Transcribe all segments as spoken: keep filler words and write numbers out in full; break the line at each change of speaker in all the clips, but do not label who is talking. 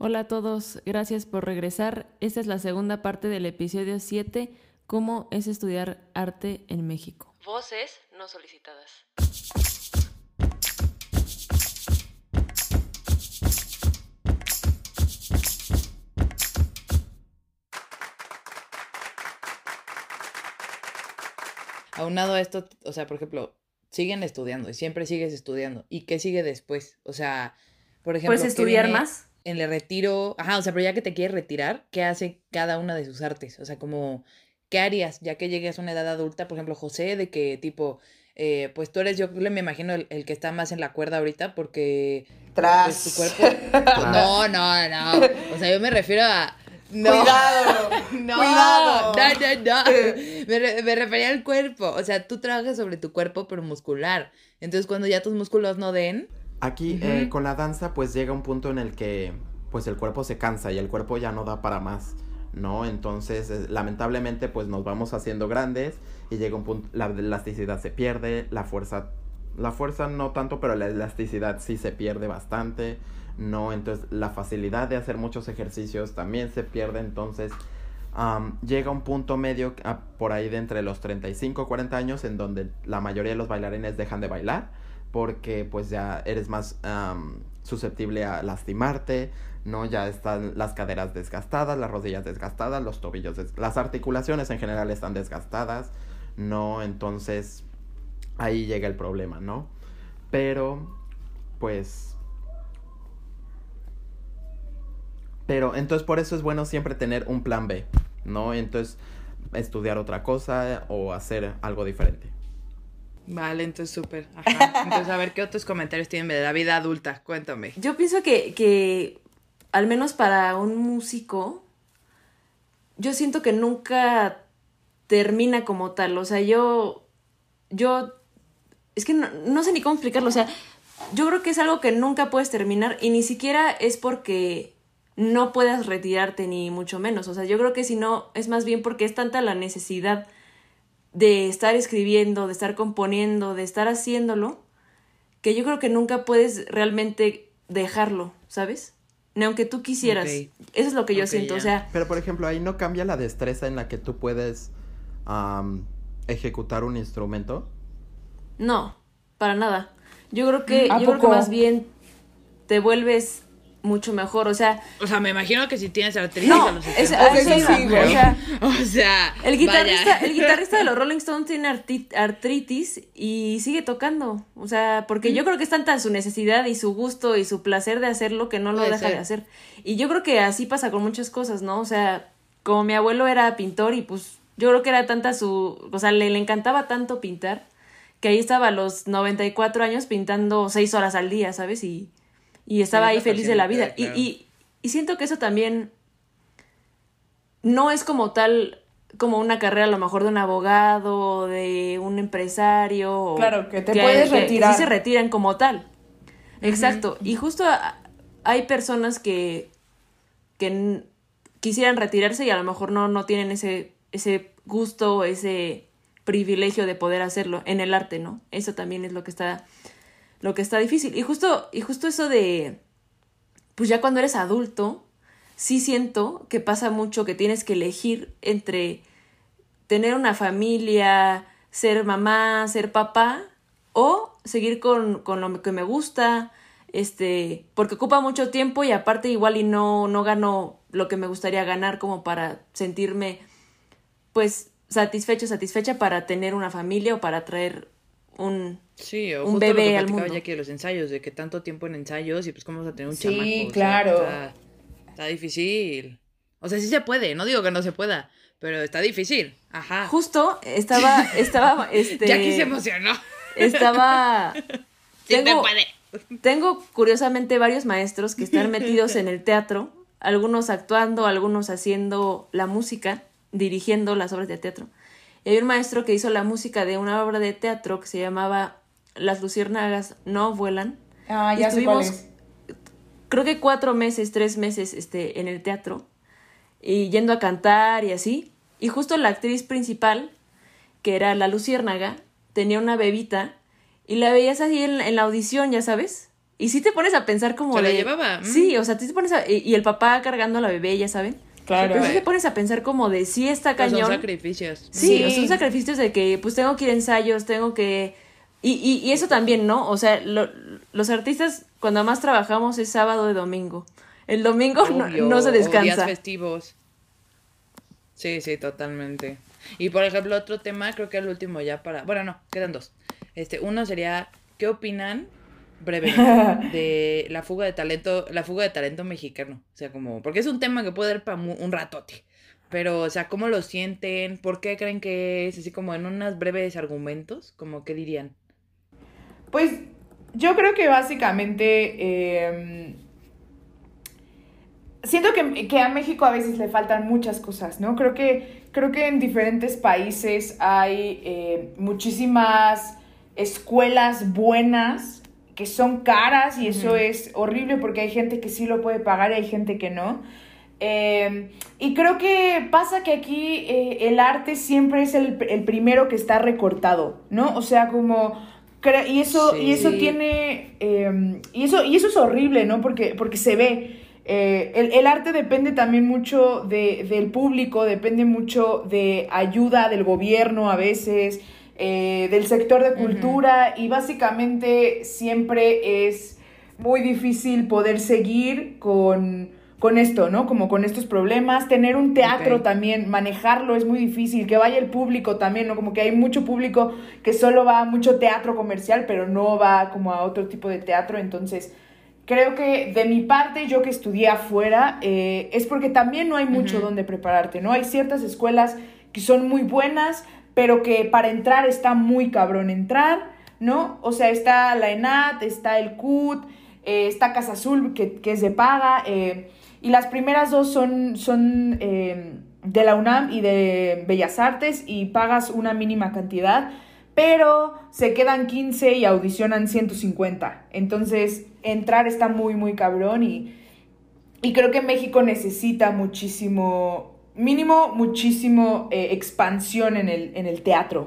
Hola a todos, gracias por regresar. Esta es la segunda parte del episodio siete, ¿cómo es estudiar arte en México? Voces no solicitadas.
Aunado a esto, o sea, por ejemplo, siguen estudiando y siempre sigues estudiando. ¿Y qué sigue después? O sea, por ejemplo,
¿puedes
¿qué
estudiar
viene
más?
en el retiro? Ajá, o sea, pero ya que te quieres retirar, ¿qué hace cada una de sus artes? O sea, como, ¿qué harías ya que llegues a una edad adulta? Por ejemplo, José, de que tipo, eh, pues tú eres, yo le me imagino el, el que está más en la cuerda ahorita porque, pues tu
Tras.
cuerpo...
Tras.
No, no, no. O sea, yo me refiero a... No,
Cuidado.
no,
Cuidado.
no, no, no. Me, re- me refería al cuerpo. O sea, tú trabajas sobre tu cuerpo, pero muscular. Entonces, cuando ya tus músculos no den.
Aquí,
Ujú.
eh, con la danza, pues llega un punto en el que, pues el cuerpo se cansa y el cuerpo ya no da para más, ¿no? Entonces, eh, lamentablemente, pues nos vamos haciendo grandes y llega un punto, la elasticidad se pierde, la fuerza, la fuerza no tanto, pero la elasticidad sí se pierde bastante, ¿no? Entonces, la facilidad de hacer muchos ejercicios también se pierde, entonces... Um, llega un punto medio uh, por ahí de entre los treinta y cinco, cuarenta años en donde la mayoría de los bailarines dejan de bailar porque pues ya eres más um, susceptible a lastimarte, ¿no? Ya están las caderas desgastadas, las rodillas desgastadas, los tobillos, des- las articulaciones en general están desgastadas, ¿no? Entonces ahí llega el problema, ¿no? Pero pues... Pero entonces por eso es bueno siempre tener un plan B, ¿no? Entonces estudiar otra cosa o hacer algo diferente.
Vale, entonces súper. Ajá. Entonces, a ver, ¿qué otros comentarios tienen de la vida adulta? Cuéntame.
Yo pienso que, que, al menos para un músico, yo siento que nunca termina como tal. O sea, yo, yo, es que no, no sé ni cómo explicarlo. O sea, yo creo que es algo que nunca puedes terminar y ni siquiera es porque no puedas retirarte ni mucho menos. O sea, yo creo que si no, es más bien porque es tanta la necesidad de estar escribiendo, de estar componiendo, de estar haciéndolo, que yo creo que nunca puedes realmente dejarlo, ¿sabes? Ni aunque tú quisieras.
Ok.
Eso es lo que yo
Ok,
siento,
ya.
o sea,
Pero por ejemplo ahí no cambia la destreza en la que tú puedes um, ejecutar un instrumento.
no, para nada. Yo creo que,
¿A
yo creo que
poco?
más bien te vuelves mucho mejor, o sea,
O sea, me imagino que si tienes artritis
no,
a los
es,
setenta,
a eso
eso
iba,
sí,
o
güey.
sea,
O sea,
el guitarrista,
vaya.
el guitarrista de los Rolling Stones tiene arti- artritis y sigue tocando, o sea, porque yo creo que es tanta su necesidad y su gusto y su placer de hacerlo que no lo
Puede
deja
ser.
de hacer. Y yo creo que así pasa con muchas cosas, ¿no? O sea, como mi abuelo era pintor y pues yo creo que era tanta su, o sea, le, le encantaba tanto pintar que ahí estaba a los noventa y cuatro años pintando seis horas al día, ¿sabes? Y, y estaba
es
ahí
la
feliz de
pasión
la
de
vida.
cada,
Y,
claro.
y, y siento que eso también no es como tal, como una carrera a lo mejor de un abogado, de un empresario. o
Claro, que te puedes
que-
retirar.
Que sí se retiran como tal. Exacto. Y justo a- hay personas que, que n- quisieran retirarse y a lo mejor no, no tienen ese, ese gusto, ese privilegio de poder hacerlo en el arte, ¿no? Eso también es lo que está, lo que está difícil. Y justo, y justo eso de, pues ya cuando eres adulto, sí siento que pasa mucho que tienes que elegir entre tener una familia, ser mamá, ser papá, o seguir con, con lo que me gusta, este, porque ocupa mucho tiempo y aparte igual y no, no gano lo que me gustaría ganar como para sentirme, pues, satisfecho, satisfecha para tener una familia o para traer un,
Sí, o
un
justo lo
bebé
que
al
platicaba
mundo.
ya que los ensayos, de que tanto tiempo en ensayos y pues cómo vas a tener un
Sí,
chamaco. O
claro.
sea, está, está difícil. O sea, sí se puede, no digo que no se pueda, pero está difícil. Ajá.
Justo estaba, estaba, este...
Jackie se emocionó.
Estaba...
Sí se
tengo,
puede.
tengo curiosamente varios maestros que están metidos en el teatro, algunos actuando, algunos haciendo la música, dirigiendo las obras de teatro. Y hay un maestro que hizo la música de una obra de teatro que se llamaba Las luciérnagas no vuelan.
Ah,
Y
ya sé cuál
estuvimos,
es.
creo que cuatro meses, tres meses este, en el teatro, y yendo a cantar y así. Y justo la actriz principal, que era la luciérnaga, tenía una bebita y la veías así en, en la audición, ya sabes. Y sí te pones a pensar como
Se
de...
la llevaba. Mm.
Sí, o sea, sí te pones a... Y el papá cargando a la bebé, ya saben.
Claro.
Pero sí te pones a pensar como de sí está
Pues
cañón.
son sacrificios.
Sí,
Sí.
son sacrificios de que pues tengo que ir a ensayos, tengo que... Y, y, y eso también, ¿no? O sea, lo, los artistas cuando más trabajamos es sábado y domingo. El domingo no,
Obvio,
no se
o días
descansa.
festivos. Sí, sí, totalmente. Y por ejemplo, otro tema, creo que el último ya para... Bueno, no, quedan dos. Este, uno sería, ¿qué opinan brevemente de la fuga de talento, la fuga de talento mexicano? O sea, como, porque es un tema que puede dar para un ratote. Pero, o sea, ¿cómo lo sienten? ¿Por qué creen que es? Así como en unos breves argumentos, como qué dirían.
Pues yo creo que básicamente eh, siento que, que a México a veces le faltan muchas cosas, ¿no? Creo que, creo que en diferentes países hay eh, muchísimas escuelas buenas que son caras y eso uh-huh. es horrible porque hay gente que sí lo puede pagar y hay gente que no. Eh, y creo que pasa que aquí eh, el arte siempre es el, el primero que está recortado, ¿no? O sea, como... Y eso, sí, y eso sí. tiene... Eh, y, eso, y eso es horrible, ¿no? Porque, porque se ve. Eh, el, el arte depende también mucho de, del público, depende mucho de ayuda del gobierno a veces, eh, del sector de cultura, uh-huh. y básicamente siempre es muy difícil poder seguir con... con esto, ¿no? Como con estos problemas. Tener un teatro okay. también, manejarlo es muy difícil. Que vaya el público también, ¿no? Como que hay mucho público que solo va a mucho teatro comercial, pero no va como a otro tipo de teatro. Entonces, creo que de mi parte, yo que estudié afuera, eh, es porque también no hay mucho uh-huh. donde prepararte, ¿no? Hay ciertas escuelas que son muy buenas, pero que para entrar está muy cabrón entrar, ¿no? O sea, está la ENAD, está el C U T, eh, está Casa Azul, que, que es de paga, eh... Y las primeras dos son, son eh, de la UNAM y de Bellas Artes y pagas una mínima cantidad, pero se quedan quince y audicionan ciento cincuenta. Entonces, entrar está muy, muy cabrón y, y creo que México necesita muchísimo, mínimo, muchísimo eh, expansión en el, en el teatro.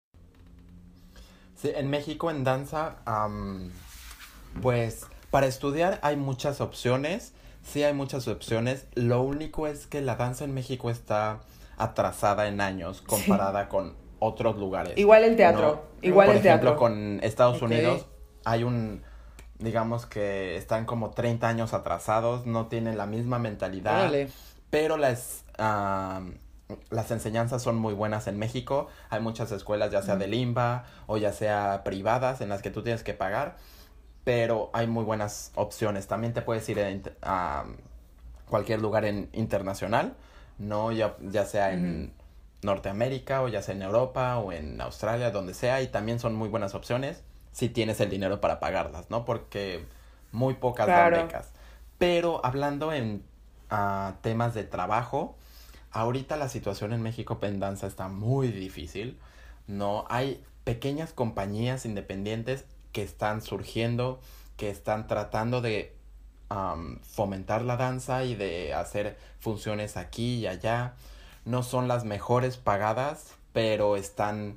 Sí, en México en danza, um, pues para estudiar hay muchas opciones. Sí hay muchas opciones, lo único es que la danza en México está atrasada en años comparada sí. con otros lugares.
Igual el teatro, ¿no? igual
Por
el
ejemplo,
teatro.
con Estados
okay.
Unidos hay un, digamos que están como treinta años atrasados, no tienen la misma mentalidad, Órale. pero las, uh, las enseñanzas son muy buenas en México. Hay muchas escuelas, ya sea de Limba o ya sea privadas, en las que tú tienes que pagar. Pero hay muy buenas opciones. También te puedes ir a um, cualquier lugar en, internacional, ¿no? Ya, ya sea en uh-huh. Norteamérica, o ya sea en Europa, o en Australia, donde sea. Y también son muy buenas opciones si tienes el dinero para pagarlas, ¿no? Porque muy pocas claro. dan becas. Pero hablando en uh, temas de trabajo, ahorita la situación en México en danza está muy difícil, ¿no? Hay pequeñas compañías independientes que están surgiendo, que están tratando de um, fomentar la danza y de hacer funciones aquí y allá. No son las mejores pagadas, pero están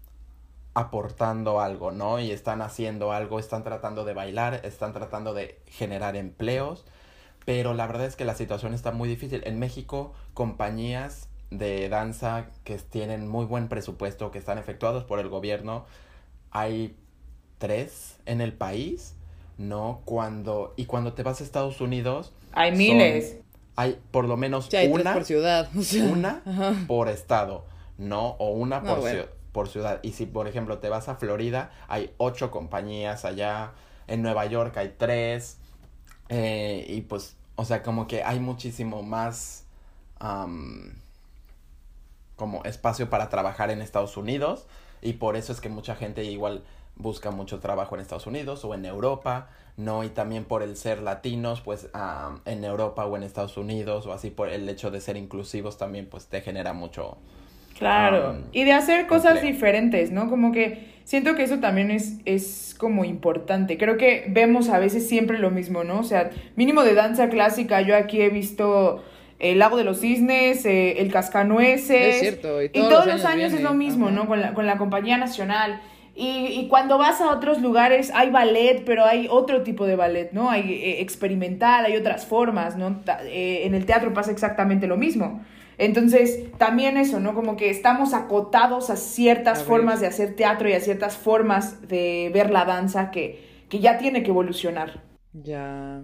aportando algo, ¿no? Y están haciendo algo, están tratando de bailar, están tratando de generar empleos, pero la verdad es que la situación está muy difícil. En México, compañías de danza que tienen muy buen presupuesto, que están efectuados por el gobierno, hay tres en el país, ¿no? Cuando, y cuando te vas a Estados Unidos...
Hay miles.
Son, hay por lo menos
sí, hay
una...
tres por ciudad.
Una Ajá. por estado, ¿no? O una por,
no, bueno.
ci- por ciudad. Y si, por ejemplo, te vas a Florida, hay ocho compañías allá. En Nueva York hay tres. Eh, y pues, o sea, como que hay muchísimo más... Um, como espacio para trabajar en Estados Unidos. Y por eso es que mucha gente igual... busca mucho trabajo en Estados Unidos o en Europa, ¿no? Y también por el ser latinos, pues um, en Europa o en Estados Unidos o así, por el hecho de ser inclusivos también, pues te genera mucho...
Claro, um, y de hacer cosas empleo. diferentes, ¿no? Como que siento que eso también es, es como importante. Creo que vemos a veces siempre lo mismo, ¿no? O sea, mínimo de danza clásica, yo aquí he visto... El Lago de los Cisnes, eh, el Cascanueces...
Es cierto, y todos,
y todos
los
los años,
años
es lo mismo,
Ajá.
¿no? Con la, con la Compañía Nacional... Y, y cuando vas a otros lugares hay ballet, pero hay otro tipo de ballet, ¿no? Hay eh, experimental, hay otras formas, ¿no? Ta- eh, en el teatro pasa exactamente lo mismo. Entonces, también eso, ¿no? Como que estamos acotados a ciertas
A ver.
formas de hacer teatro y a ciertas formas de ver la danza que, que ya tiene que evolucionar.
Ya.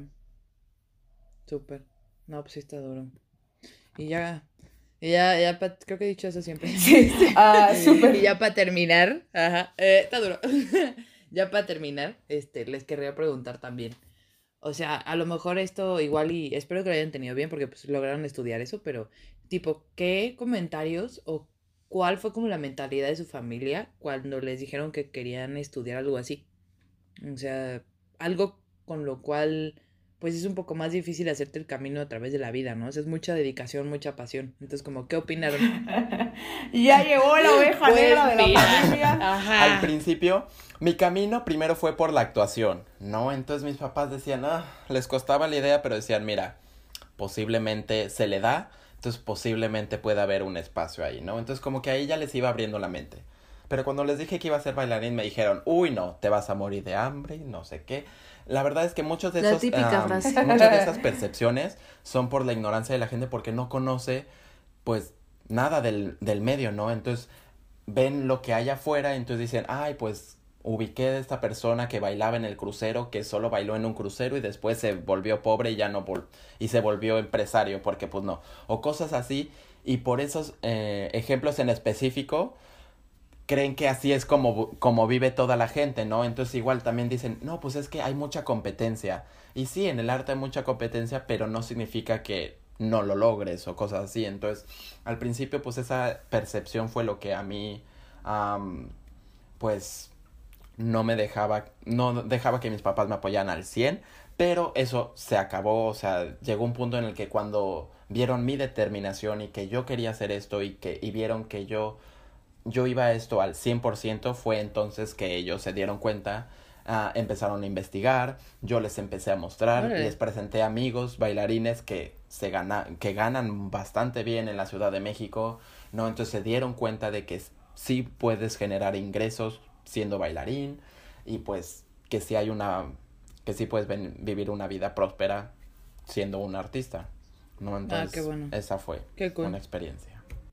Súper. No, pues sí está duro. Y ya. Y ya, ya pa- creo que he dicho eso siempre.
Sí, ah, súper.
Y ya para terminar. Ajá. eh, está duro. Ya para terminar, este, les querría preguntar también. O sea, a lo mejor esto igual y espero que lo hayan tenido bien porque pues lograron estudiar eso, pero tipo, ¿qué comentarios o cuál fue como la mentalidad de su familia cuando les dijeron que querían estudiar algo así? O sea, algo con lo cual pues es un poco más difícil hacerte el camino a través de la vida, ¿no? O sea, es mucha dedicación, mucha pasión. Entonces, como, ¿qué opinaron?
Ya llegó la oveja
Pues
negra de la
mira.
familia.
Ajá.
Al principio, mi camino primero fue por la actuación, ¿no? Entonces mis papás decían, ah, les costaba la idea, pero decían, mira, posiblemente se le da, entonces posiblemente pueda haber un espacio ahí, ¿no? Entonces como que ahí ya les iba abriendo la mente. Pero cuando les dije que iba a ser bailarín, me dijeron, uy, no, te vas a morir de hambre, no sé qué. La verdad es que muchos de
La
esos,
típica
am,
frase.
muchas de esas percepciones son por la ignorancia de la gente porque no conoce, pues, nada del, del medio, ¿no? Entonces, ven lo que hay afuera, entonces dicen, ay, pues, ubiqué a esta persona que bailaba en el crucero, que solo bailó en un crucero y después se volvió pobre y ya no vol y se volvió empresario, porque pues no, o cosas así, y por esos eh, ejemplos en específico, creen que así es como, como vive toda la gente, ¿no? Entonces igual también dicen, no, pues es que hay mucha competencia. Y sí, en el arte hay mucha competencia, pero no significa que no lo logres o cosas así. Entonces, al principio, pues esa percepción fue lo que a mí, um, pues, no me dejaba, no dejaba que mis papás me apoyaran al cien, pero eso se acabó, o sea, llegó un punto en el que cuando vieron mi determinación y que yo quería hacer esto y que y vieron que yo yo iba a esto al cien por ciento, fue entonces que ellos se dieron cuenta, uh, empezaron a investigar, yo les empecé a mostrar,
Órale.
les presenté amigos, bailarines que se gana, que ganan bastante bien en la Ciudad de México, ¿no? Entonces se dieron cuenta de que sí puedes generar ingresos siendo bailarín y pues que sí hay una, que sí puedes ven, vivir una vida próspera siendo un artista, ¿no? Entonces,
Ah, qué bueno.
esa fue
Qué cool.
una experiencia.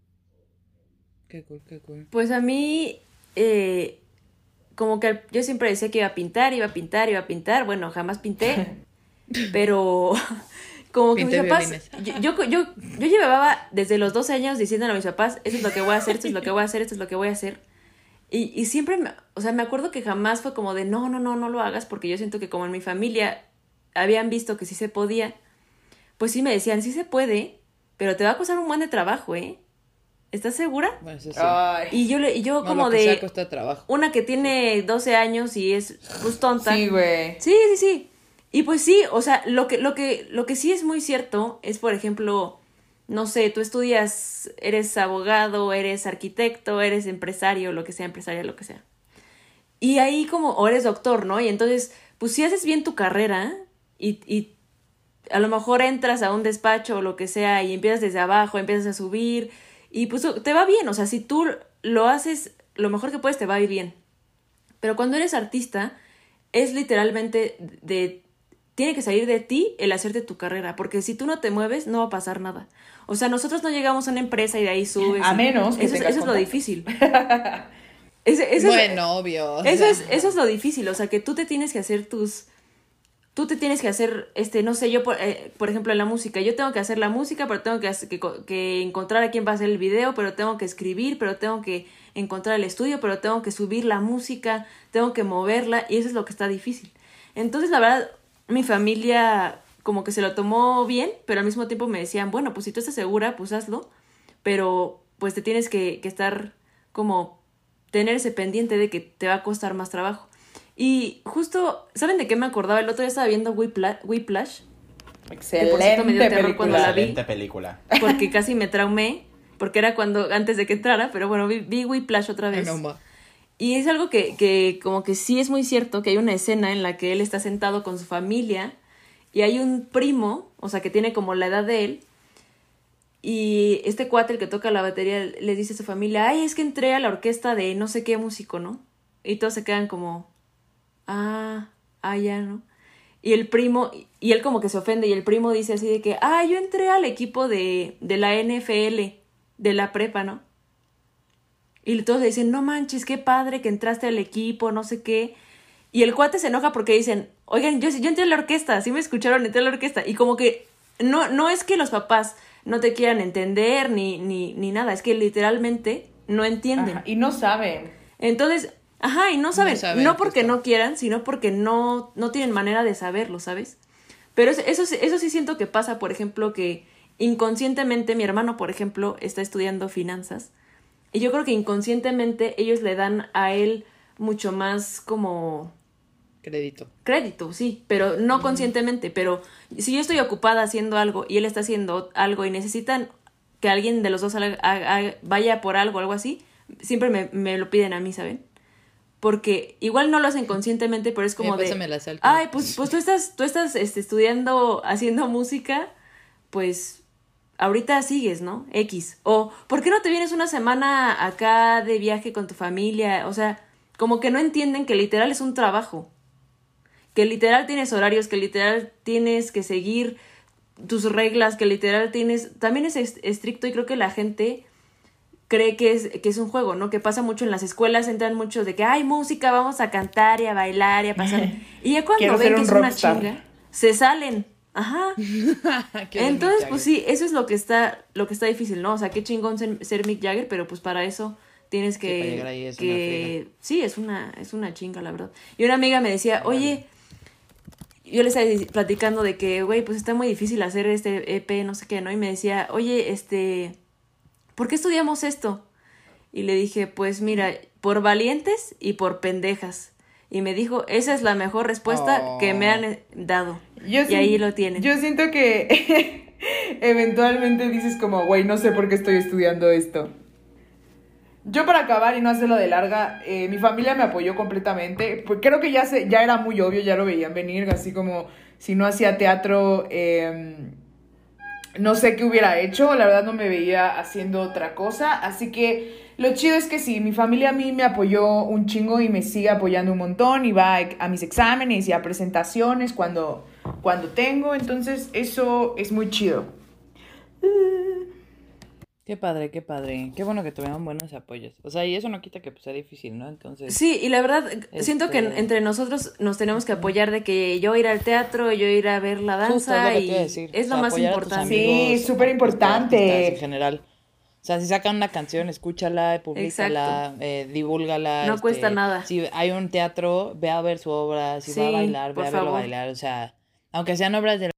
Qué cool, qué cool.
Pues a mí, eh, como que yo siempre decía que iba a pintar, iba a pintar, iba a pintar. Bueno, jamás pinté, pero como que
Pinté
mis papás,
violines.
yo, yo, yo, yo llevaba desde los doce años diciéndole a mis papás, esto es lo que voy a hacer, esto es lo que voy a hacer, esto es lo que voy a hacer. Y, y siempre, me, o sea, me acuerdo que jamás fue como de, no, no, no, no lo hagas, porque yo siento que como en mi familia habían visto que sí se podía, pues sí me decían, sí se puede, pero te va a costar un buen de trabajo, ¿eh? ¿Estás segura?
Bueno, eso sí.
Ay.
Y yo, le, y yo
No,
como
lo que
de...
sea cuesta trabajo.
Una que tiene doce años y es pues tonta.
Sí, güey.
Sí, sí, sí. Y pues sí, o sea, lo que, lo que, lo que sí es muy cierto es, por ejemplo, no sé, tú estudias, eres abogado, eres arquitecto, eres empresario, lo que sea, empresaria, lo que sea. Y ahí como, o eres doctor, ¿no? Y entonces, pues si haces bien tu carrera y, y a lo mejor entras a un despacho o lo que sea y empiezas desde abajo, empiezas a subir y pues te va bien. O sea, si tú lo haces lo mejor que puedes, te va a ir bien. Pero cuando eres artista, es literalmente de... Tiene que salir de ti el hacerte tu carrera, porque si tú no te mueves, no va a pasar nada. O sea, nosotros no llegamos a una empresa y de ahí subes.
A
y-
menos que
Eso, es-
tengas
eso es lo
contacto.
difícil. Ese- eso es-
Bueno, obvio. o
eso
sea.
es, eso es lo difícil, o sea, que tú te tienes que hacer tus... Tú te tienes que hacer, este, no sé, yo, por, eh, por ejemplo, en la música, yo tengo que hacer la música, pero tengo que, hacer- que, co- que encontrar a quién va a hacer el video, pero tengo que escribir, pero tengo que encontrar el estudio, pero tengo que subir la música, tengo que moverla, y eso es lo que está difícil. Entonces, la verdad, mi familia como que se lo tomó bien, pero al mismo tiempo me decían, bueno, pues si tú estás segura, pues hazlo, pero pues te tienes que, que estar como tener ese pendiente de que te va a costar más trabajo. Y justo, ¿saben de qué me acordaba? El otro día estaba viendo Whipla- Whiplash,
Excelente
me dio terror
película.
cuando la vi.
Excelente película.
porque casi me traumé, porque era cuando antes de que entrara, pero bueno, vi, vi Whiplash otra
Ay,
vez.
no, ma.
Y es algo que, que como que sí es muy cierto, que hay una escena en la que él está sentado con su familia y hay un primo, o sea, que tiene como la edad de él, y este cuate, el que toca la batería, le dice a su familia, ay, es que entré a la orquesta de no sé qué músico, ¿no? Y todos se quedan como, ah, ah, ya, ¿no? Y el primo, y él como que se ofende, y el primo dice así de que, ah, yo entré al equipo de, de la N F L, de la prepa, ¿no? Y todos le dicen, no manches, qué padre que entraste al equipo, no sé qué. Y el cuate se enoja porque dicen, oigan, yo, yo entré a la orquesta, sí me escucharon, entré a la orquesta. Y como que no, no es que los papás no te quieran entender ni, ni, ni nada, es que literalmente no entienden.
Ajá, y no saben.
Entonces, ajá, y no saben, no, saben, no porque
justo.
no quieran, sino porque no, no tienen manera de saberlo, ¿sabes? Pero eso, eso, eso sí siento que pasa, por ejemplo, que inconscientemente, mi hermano, por ejemplo, está estudiando finanzas, y yo creo que inconscientemente ellos le dan a él mucho más como...
Crédito.
Crédito, sí, pero no mm. conscientemente, pero si yo estoy ocupada haciendo algo y él está haciendo algo y necesitan que alguien de los dos haga, haga, vaya por algo o algo así, siempre me, me lo piden a mí, ¿saben? Porque igual no lo hacen conscientemente, pero es como
eh,
de... Ay, pues, pues tú estás, tú estás este, estudiando, haciendo música, pues ahorita sigues, ¿no? X. O, ¿por qué no te vienes una semana acá de viaje con tu familia? O sea, como que no entienden que literal es un trabajo. Que literal tienes horarios, que literal tienes que seguir tus reglas, que literal tienes... También es estricto y creo que la gente cree que es, que es un juego, ¿no? Que pasa mucho en las escuelas, entran muchos de que hay música, vamos a cantar y a bailar y a pasar. Y ya cuando
Quiero
ven que
un
es una
rockstar.
chinga, se salen. Ajá. Entonces, pues sí, eso es lo que está, lo que está difícil, ¿no? O sea, qué chingón ser, ser Mick Jagger, pero pues para eso tienes que...
Sí, para llegar ahí es
que
una
sí, es una, es una chinga, la verdad. Y una amiga me decía, oye... Yo le estaba platicando de que, güey, pues está muy difícil hacer este E P, no sé qué, ¿no? Y me decía, oye, este, ¿por qué estudiamos esto? Y le dije, pues mira, por valientes y por pendejas. Y me dijo, esa es la mejor respuesta oh. que me han dado.
Yo
y
si-
ahí lo tienen.
Yo siento que eventualmente dices como, güey, no sé por qué estoy estudiando esto. Yo para acabar y no hacerlo de larga, eh, mi familia me apoyó completamente. Pues creo que ya, se, ya era muy obvio, ya lo veían venir, así como si no hacía teatro, eh, no sé qué hubiera hecho, la verdad no me veía haciendo otra cosa. Así que lo chido es que sí, mi familia a mí me apoyó un chingo y me sigue apoyando un montón y va a, a mis exámenes y a presentaciones cuando, cuando tengo, entonces eso es muy chido.
Qué padre, qué padre. Qué bueno que tuvieron buenos apoyos. O sea, y eso no quita que pues, sea difícil, ¿no? Entonces...
Sí, y la verdad,
este...
siento que entre nosotros nos tenemos que apoyar de que yo ir al teatro, yo ir a ver la danza.
Justo, es lo que
y
te iba a decir.
Es lo
O sea,
más
apoyar a tus
importante.
amigos,
Sí, súper importante.
en general. O sea, si sacan una canción, escúchala, públicala, eh, divúlgala.
No
este,
cuesta nada.
Si hay un teatro, ve a ver su obra. Si
Sí,
va a bailar, ve
por
a verlo
favor.
bailar. O sea, aunque sean obras de la,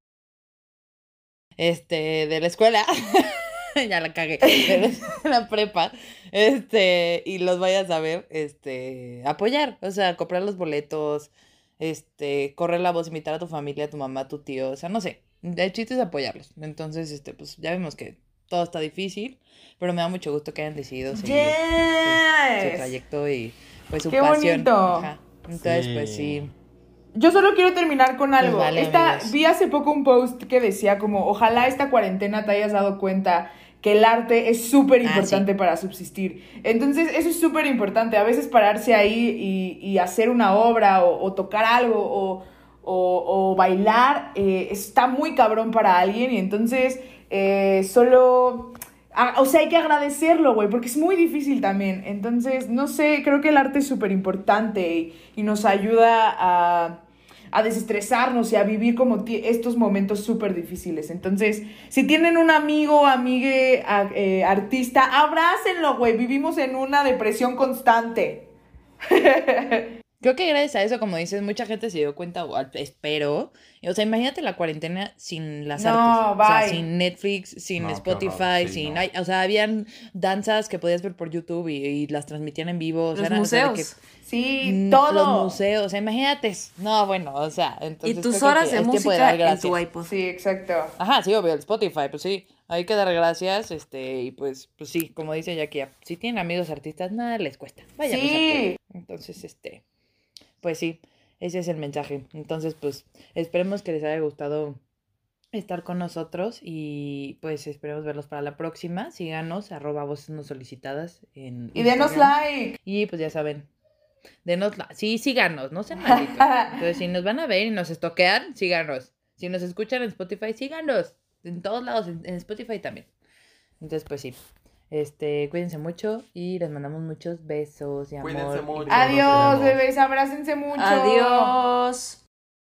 este, de la escuela... ya la cagué, de la prepa, este, y los vayas a ver, este, apoyar, o sea, comprar los boletos, este, correr la voz, invitar a tu familia, a tu mamá, a tu tío, o sea, no sé, el chiste es apoyarlos. Entonces, este, pues, ya vemos que todo está difícil, pero me da mucho gusto que hayan decidido seguir
Yes.
pues, su trayecto y, pues, su
Qué
pasión.
bonito.
Ajá. Entonces,
Sí.
pues, sí.
Yo solo quiero terminar con algo.
Pues vale,
esta,
amigos.
vi hace poco un post que decía como, ojalá esta cuarentena te hayas dado cuenta que el arte es súper importante
Ah, sí.
para subsistir. Entonces, eso es súper importante. A veces pararse ahí y, y hacer una obra o, o tocar algo o, o, o bailar eh, está muy cabrón para alguien. Y entonces, eh, solo... Ah, o sea, hay que agradecerlo, güey, porque es muy difícil también. Entonces, no sé, creo que el arte es súper importante y, y nos ayuda a, a desestresarnos y a vivir como ti- estos momentos súper difíciles. Entonces, si tienen un amigo, amigue, a- eh, artista, abrácenlo, güey. Vivimos en una depresión constante.
Creo que gracias a eso, como dices, mucha gente se dio cuenta, o al- espero. O sea, imagínate la cuarentena sin las
No,
artes. O sea,
bye.
sin Netflix, sin
No, qué
Spotify,
horror, sí,
sin...
no.
ay, o sea, habían danzas que podías ver por YouTube y, y las transmitían en vivo. O sea,
Los
eran, o sea, de
museos.
Sí,
mm,
todo.
Los museos, o sea, imagínate. No, bueno, o sea, entonces
Y tus
creo que
horas de
es tiempo
música
dar
en tu
gracias.
iPod.
Sí, exacto.
Ajá, sí, obvio, el Spotify, pues sí, hay que dar gracias, este, y pues, pues sí, como dice Jackie, si tienen amigos artistas, nada les cuesta, vayan
Sí.
Entonces, este, pues sí, ese es el mensaje. Entonces, pues, esperemos que les haya gustado estar con nosotros y pues esperemos verlos para la próxima. Síganos, arroba voces no solicitadas en
Y denos
Instagram.
like.
Y pues ya saben, Denos la... Sí, síganos, no sean malditos. Entonces, si nos van a ver y nos estoquean, síganos. Si nos escuchan en Spotify, síganos. En todos lados, en, en Spotify también. Entonces, pues sí. Este, cuídense mucho y les mandamos muchos besos y amor.
Cuídense mucho.
Adiós, bebés, abrácense mucho.
Adiós.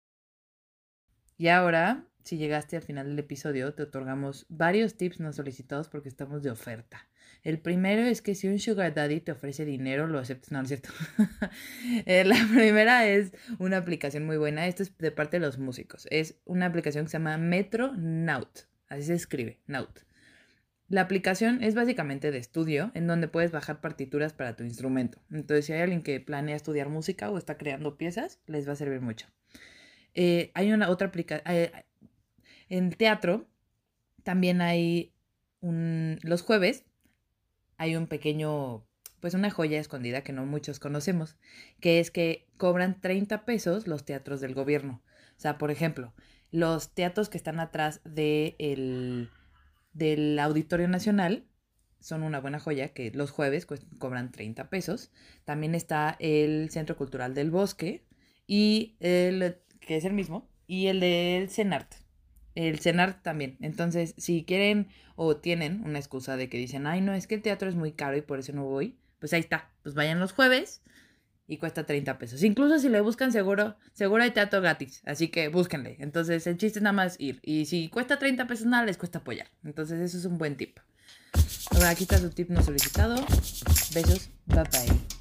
Y ahora, si llegaste al final del episodio, te otorgamos varios tips no solicitados porque estamos de oferta. El primero es que si un sugar daddy te ofrece dinero, lo aceptes. No, no es cierto. eh, la primera es una aplicación muy buena. Esto es de parte de los músicos. Es una aplicación que se llama Metro Naut. Así se escribe, Naut. La aplicación es básicamente de estudio, en donde puedes bajar partituras para tu instrumento. Entonces, si hay alguien que planea estudiar música o está creando piezas, les va a servir mucho. Eh, hay una otra aplicación. Eh, en teatro también hay un... Los jueves hay un pequeño, pues una joya escondida que no muchos conocemos, que es que cobran treinta pesos los teatros del gobierno. O sea, por ejemplo, los teatros que están atrás de el, del Auditorio Nacional son una buena joya, que los jueves cobran treinta pesos. También está el Centro Cultural del Bosque, y el, que es el mismo, y el del CENART. El CENART también. Entonces, si quieren o tienen una excusa de que dicen, ay, no, es que el teatro es muy caro y por eso no voy, pues ahí está. Pues vayan los jueves y cuesta treinta pesos. Incluso si le buscan, seguro, seguro hay teatro gratis. Así que búsquenle. Entonces, el chiste es nada más ir. Y si cuesta treinta pesos, nada les cuesta apoyar. Entonces, eso es un buen tip. Ahora, aquí está su tip no solicitado. Besos. Bye bye.